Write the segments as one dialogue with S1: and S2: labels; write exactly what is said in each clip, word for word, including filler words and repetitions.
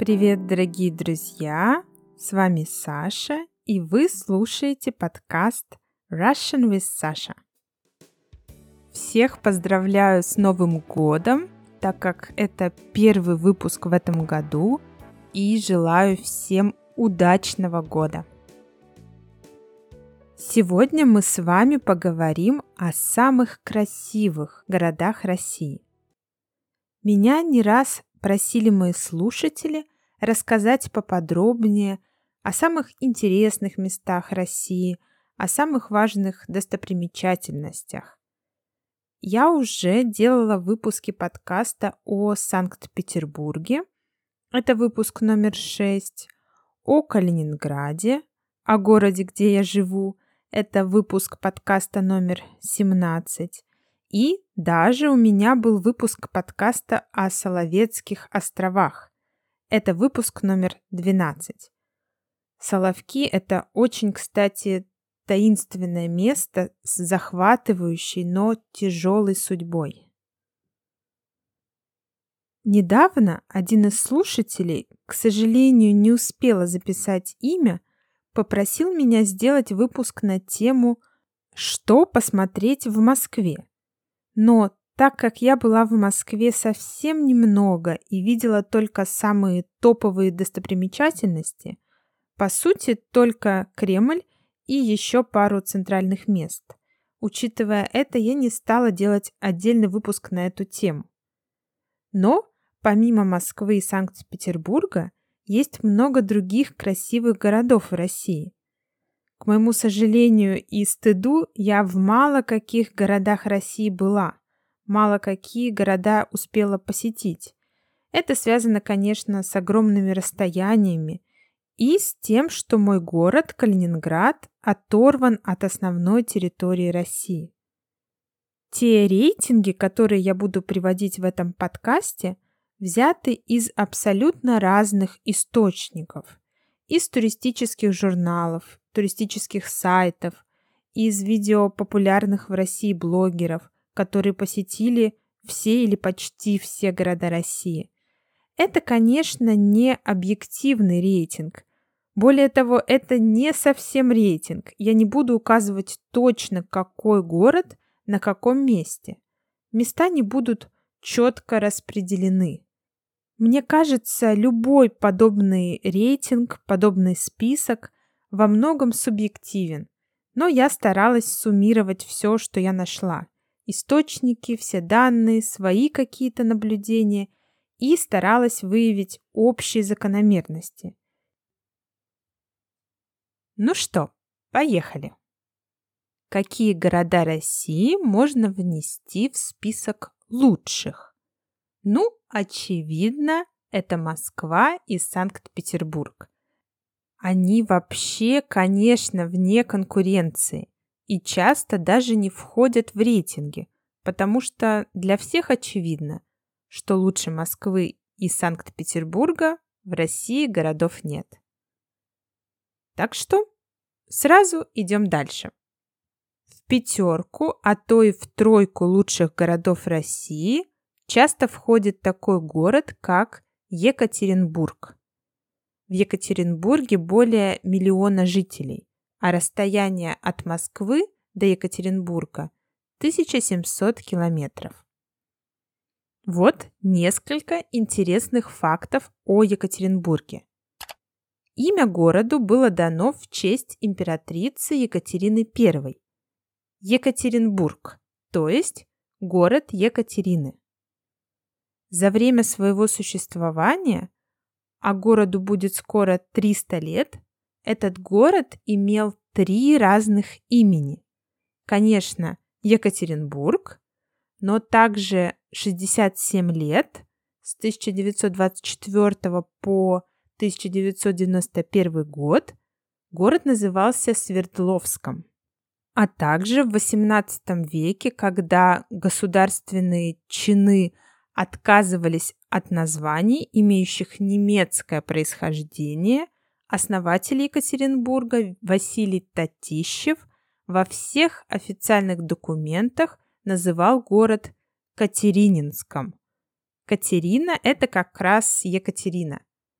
S1: Привет, дорогие друзья! С вами Саша, и вы слушаете подкаст Russian with Sasha. Всех поздравляю с Новым годом, так как это первый выпуск в этом году, и желаю всем удачного года. Сегодня мы с вами поговорим о самых красивых городах России. Меня не раз просили мои слушатели рассказать поподробнее о самых интересных местах России, о самых важных достопримечательностях. Я уже делала выпуски подкаста о Санкт-Петербурге, это выпуск номер шесть, о Калининграде, о городе, где я живу, это выпуск подкаста номер семнадцать. И даже у меня был выпуск подкаста о Соловецких островах. Это выпуск номер двенадцать. Соловки – это очень, кстати, таинственное место с захватывающей, но тяжелой судьбой. Недавно один из слушателей, к сожалению, не успела записать имя, попросил меня сделать выпуск на тему «Что посмотреть в Москве?». Но так как я была в Москве совсем немного и видела только самые топовые достопримечательности, по сути, только Кремль и еще пару центральных мест. Учитывая это, я не стала делать отдельный выпуск на эту тему. Но помимо Москвы и Санкт-Петербурга есть много других красивых городов в России. К моему сожалению и стыду, я в мало каких городах России была, мало какие города успела посетить. Это связано, конечно, с огромными расстояниями и с тем, что мой город, Калининград, оторван от основной территории России. Те рейтинги, которые я буду приводить в этом подкасте, взяты из абсолютно разных источников. Из туристических журналов, туристических сайтов, из видео популярных в России блогеров, которые посетили все или почти все города России. Это, конечно, не объективный рейтинг. Более того, это не совсем рейтинг. Я не буду указывать точно, какой город на каком месте. Места не будут четко распределены. Мне кажется, любой подобный рейтинг, подобный список во многом субъективен, но я старалась суммировать все, что я нашла. Источники, все данные, свои какие-то наблюдения и старалась выявить общие закономерности. Ну что, поехали. Какие города России можно внести в список лучших? Ну, очевидно, это Москва и Санкт-Петербург. Они вообще, конечно, вне конкуренции и часто даже не входят в рейтинги, потому что для всех очевидно, что лучше Москвы и Санкт-Петербурга в России городов нет. Так что сразу идем дальше. В пятерку, а то и в тройку лучших городов России часто входит такой город, как Екатеринбург. В Екатеринбурге более миллиона жителей, а расстояние от Москвы до Екатеринбурга тысяча семьсот километров. Вот несколько интересных фактов о Екатеринбурге. Имя городу было дано в честь императрицы Екатерины Первой. Екатеринбург, то есть город Екатерины. За время своего существования, а городу будет скоро триста лет, этот город имел три разных имени. Конечно, Екатеринбург, но также шестьдесят семь лет, с тысяча девятьсот двадцать четвёртого по тысяча девятьсот девяносто первый год, город назывался Свердловском. А также в восемнадцатом веке, когда государственные чины отказывались от названий, имеющих немецкое происхождение, основатель Екатеринбурга Василий Татищев во всех официальных документах называл город Катерининском. Катерина – это как раз Екатерина.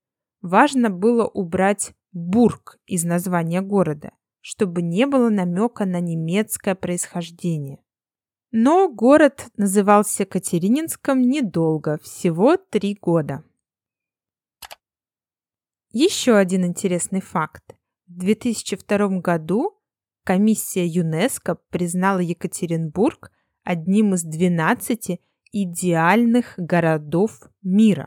S1: важно было убрать Бург из названия города, чтобы не было намека на немецкое происхождение. Но город назывался Катерининском недолго, всего три года. Еще один интересный факт. В две тысячи втором году комиссия ЮНЕСКО признала Екатеринбург одним из двенадцати идеальных городов мира.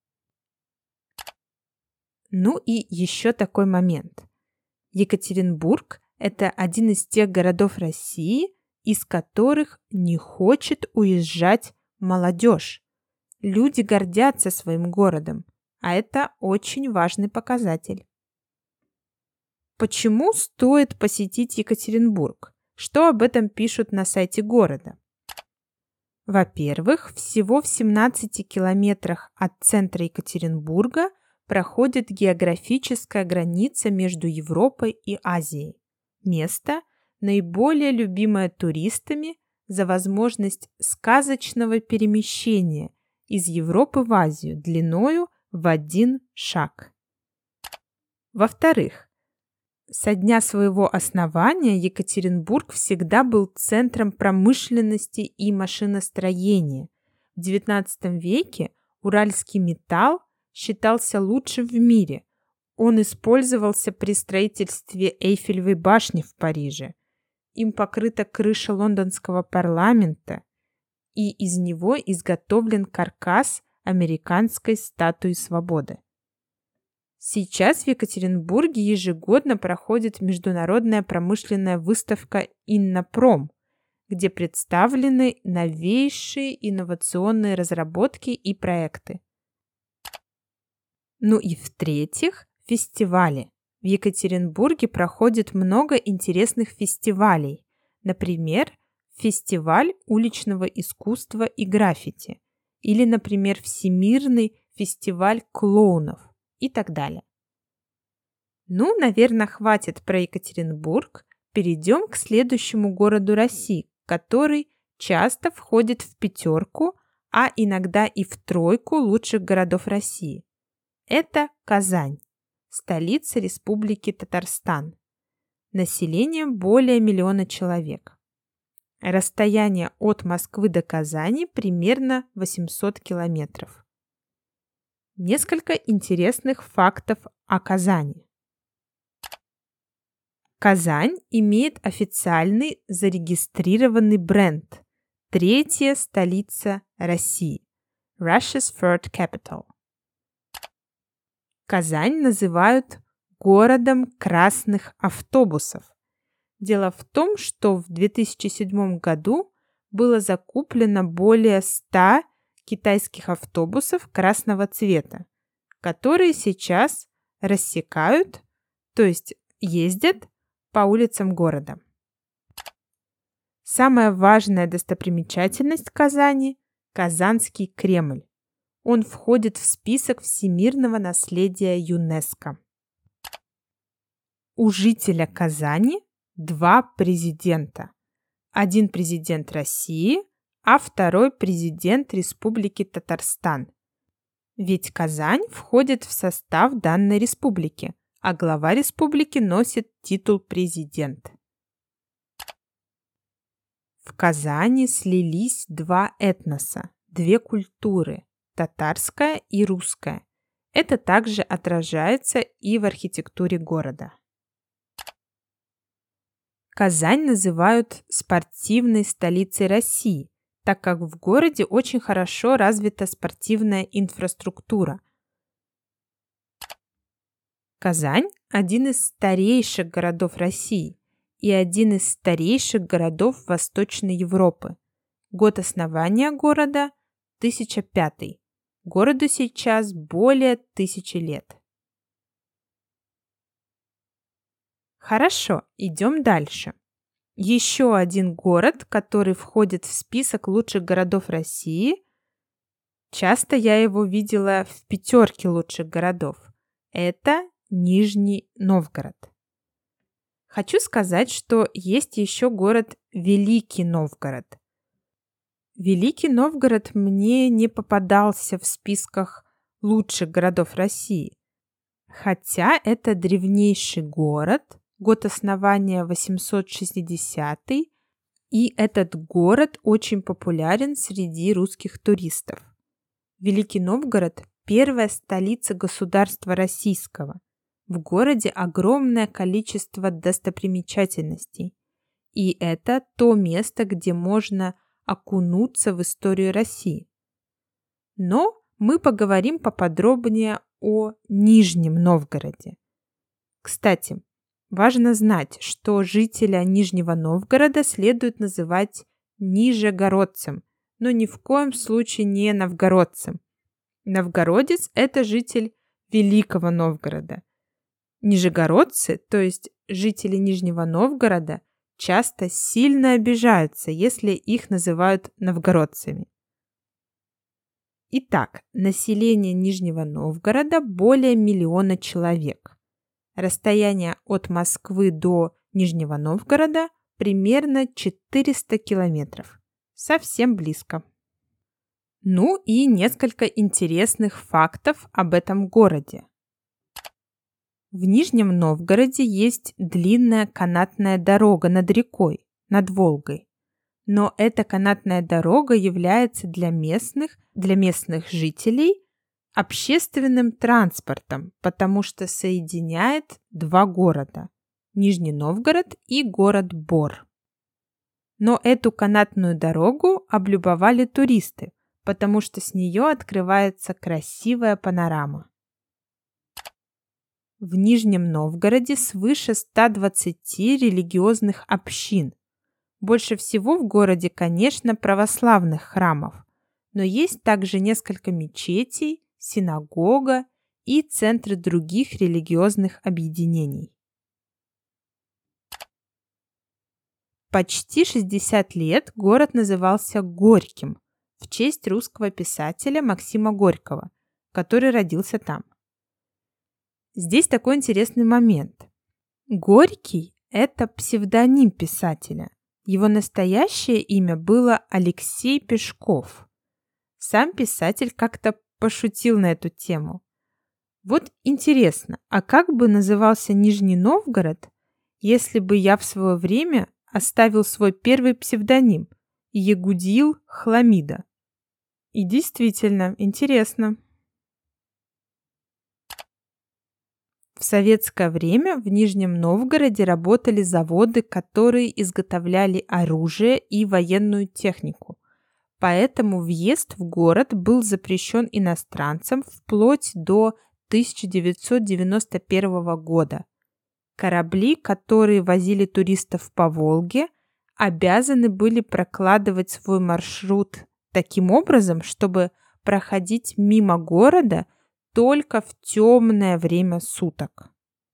S1: Ну и еще такой момент. Екатеринбург – это один из тех городов России, из которых не хочет уезжать молодежь. Люди гордятся своим городом, а это очень важный показатель. Почему стоит посетить Екатеринбург? Что об этом пишут на сайте города? Во-первых, всего в семнадцати километрах от центра Екатеринбурга проходит географическая граница между Европой и Азией. Место, наиболее любимое туристами за возможность сказочного перемещения из Европы в Азию длиною в один шаг. Во-вторых, со дня своего основания Екатеринбург всегда был центром промышленности и машиностроения. В девятнадцатом веке уральский металл считался лучшим в мире. Он использовался при строительстве Эйфелевой башни в Париже. Им покрыта крыша лондонского парламента, и из него изготовлен каркас американской статуи свободы. Сейчас в Екатеринбурге ежегодно проходит международная промышленная выставка «Иннопром», где представлены новейшие инновационные разработки и проекты. Ну и в-третьих, фестивали. В Екатеринбурге проходит много интересных фестивалей. Например, фестиваль уличного искусства и граффити. Или, например, Всемирный фестиваль клоунов. И так далее. Ну, наверное, хватит про Екатеринбург. Перейдем к следующему городу России, который часто входит в пятерку, а иногда и в тройку лучших городов России. Это Казань, столица Республики Татарстан. Население более миллиона человек. Расстояние от Москвы до Казани примерно восемьсот километров. Несколько интересных фактов о Казани. Казань имеет официальный зарегистрированный бренд «Третья столица России» – Russia's Third Capital. Казань называют городом красных автобусов. Дело в том, что в две тысячи седьмом году было закуплено более ста китайских автобусов красного цвета, которые сейчас рассекают, то есть ездят по улицам города. Самая важная достопримечательность Казани – Казанский Кремль. Он входит в список всемирного наследия ЮНЕСКО. У жителя Казани два президента. Один президент России, а второй президент Республики Татарстан. Ведь Казань входит в состав данной республики, а глава республики носит титул президент. В Казани слились два этноса, две культуры – татарская и русская. Это также отражается и в архитектуре города. Казань называют спортивной столицей России, так как в городе очень хорошо развита спортивная инфраструктура. Казань – один из старейших городов России и один из старейших городов Восточной Европы. Год основания города – тысяча пятый. Городу сейчас более тысячи лет. Хорошо, идем дальше. Еще один город, который входит в список лучших городов России. Часто я его видела в пятерке лучших городов. Это Нижний Новгород. Хочу сказать, что есть еще город Великий Новгород. Великий Новгород мне не попадался в списках лучших городов России. Хотя это древнейший город, год основания восемьсот шестидесятый, и этот город очень популярен среди русских туристов. Великий Новгород – первая столица государства российского. В городе огромное количество достопримечательностей. И это то место, где можно окунуться в историю России. Но мы поговорим поподробнее о Нижнем Новгороде. Кстати, важно знать, что жителя Нижнего Новгорода следует называть нижегородцем, но ни в коем случае не новгородцем. Новгородец – это житель Великого Новгорода. Нижегородцы, то есть жители Нижнего Новгорода, часто сильно обижаются, если их называют новгородцами. Итак, население Нижнего Новгорода более миллиона человек. Расстояние от Москвы до Нижнего Новгорода примерно четыреста километров. Совсем близко. Ну и несколько интересных фактов об этом городе. В Нижнем Новгороде есть длинная канатная дорога над рекой, над Волгой. Но эта канатная дорога является для местных, для местных жителей общественным транспортом, потому что соединяет два города – Нижний Новгород и город Бор. Но эту канатную дорогу облюбовали туристы, потому что с нее открывается красивая панорама. В Нижнем Новгороде свыше ста двадцати религиозных общин. Больше всего в городе, конечно, православных храмов, но есть также несколько мечетей, синагога и центры других религиозных объединений. Почти шестьдесят лет город назывался Горьким в честь русского писателя Максима Горького, который родился там. Здесь такой интересный момент. Горький – это псевдоним писателя. Его настоящее имя было Алексей Пешков. Сам писатель как-то пошутил на эту тему. Вот интересно, а как бы назывался Нижний Новгород, если бы я в свое время оставил свой первый псевдоним Ягудил Хламида? И действительно, интересно. В советское время в Нижнем Новгороде работали заводы, которые изготовляли оружие и военную технику. Поэтому въезд в город был запрещен иностранцам вплоть до тысяча девятьсот девяносто первого года. Корабли, которые возили туристов по Волге, обязаны были прокладывать свой маршрут таким образом, чтобы проходить мимо города только в темное время суток.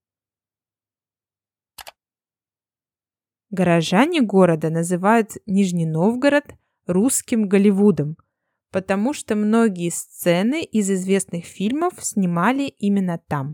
S1: Горожане города называют Нижний Новгород русским Голливудом, потому что многие сцены из известных фильмов снимали именно там.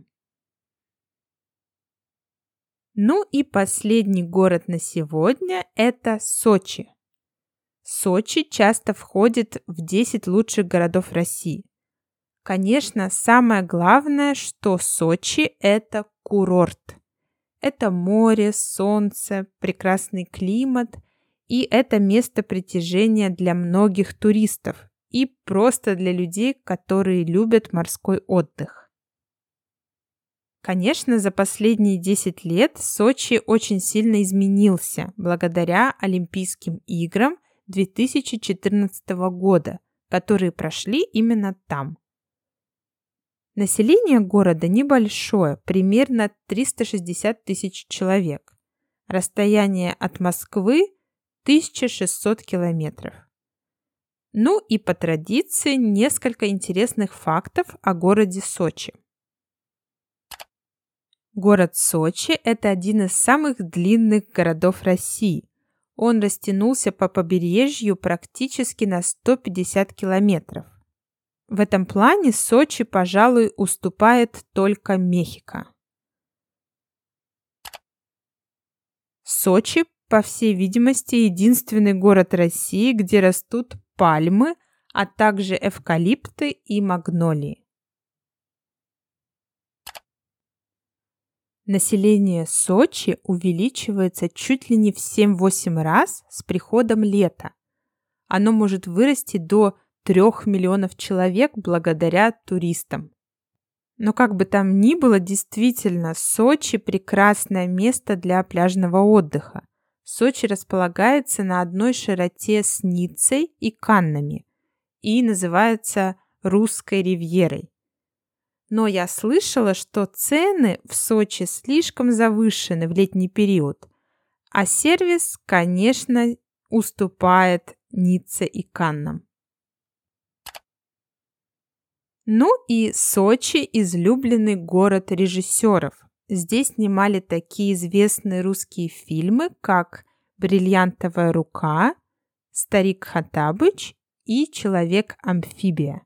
S1: Ну и последний город на сегодня – это Сочи. Сочи часто входит в десять лучших городов России. Конечно, самое главное, что Сочи – это курорт. Это море, солнце, прекрасный климат, и это место притяжения для многих туристов и просто для людей, которые любят морской отдых. Конечно, за последние десять лет Сочи очень сильно изменился благодаря Олимпийским играм две тысячи четырнадцатого года, которые прошли именно там. Население города небольшое, примерно триста шестьдесят тысяч человек. Расстояние от Москвы – тысяча шестьсот километров. Ну и по традиции несколько интересных фактов о городе Сочи. Город Сочи – это один из самых длинных городов России. Он растянулся по побережью практически на сто пятьдесят километров. В этом плане Сочи, пожалуй, уступает только Мехико. Сочи, по всей видимости, единственный город России, где растут пальмы, а также эвкалипты и магнолии. Население Сочи увеличивается чуть ли не в семь-восемь раз с приходом лета. Оно может вырасти до трех миллионов человек благодаря туристам. Но как бы там ни было, действительно, Сочи – прекрасное место для пляжного отдыха. Сочи располагается на одной широте с Ниццей и Каннами и называется Русской ривьерой. Но я слышала, что цены в Сочи слишком завышены в летний период, а сервис, конечно, уступает Ницце и Каннам. Ну и Сочи – излюбленный город режиссеров. Здесь снимали такие известные русские фильмы, как «Бриллиантовая рука», «Старик Хоттабыч» и «Человек-амфибия».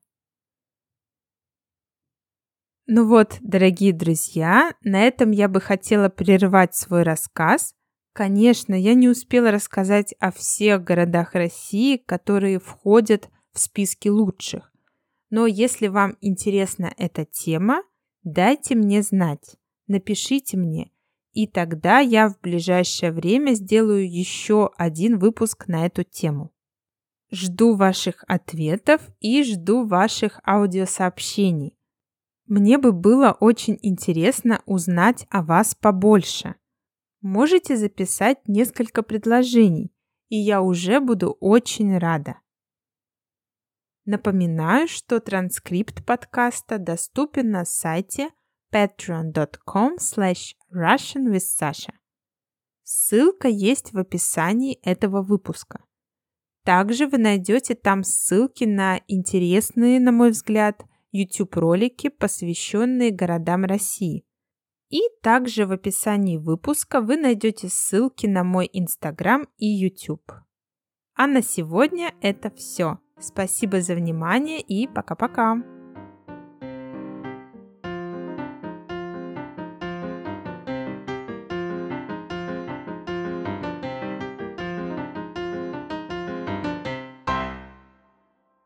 S1: Ну вот, дорогие друзья, на этом я бы хотела прервать свой рассказ. Конечно, я не успела рассказать о всех городах России, которые входят в списки лучших. Но если вам интересна эта тема, дайте мне знать, напишите мне, и тогда я в ближайшее время сделаю еще один выпуск на эту тему. Жду ваших ответов и жду ваших аудиосообщений. Мне бы было очень интересно узнать о вас побольше. Можете записать несколько предложений, и я уже буду очень рада. Напоминаю, что транскрипт подкаста доступен на сайте patreon dot com slash russian with sasha. Ссылка есть в описании этого выпуска. Также вы найдете там ссылки на интересные, на мой взгляд, YouTube-ролики, посвященные городам России. И также в описании выпуска вы найдете ссылки на мой Instagram и YouTube. А на сегодня это все. Спасибо за внимание и пока-пока!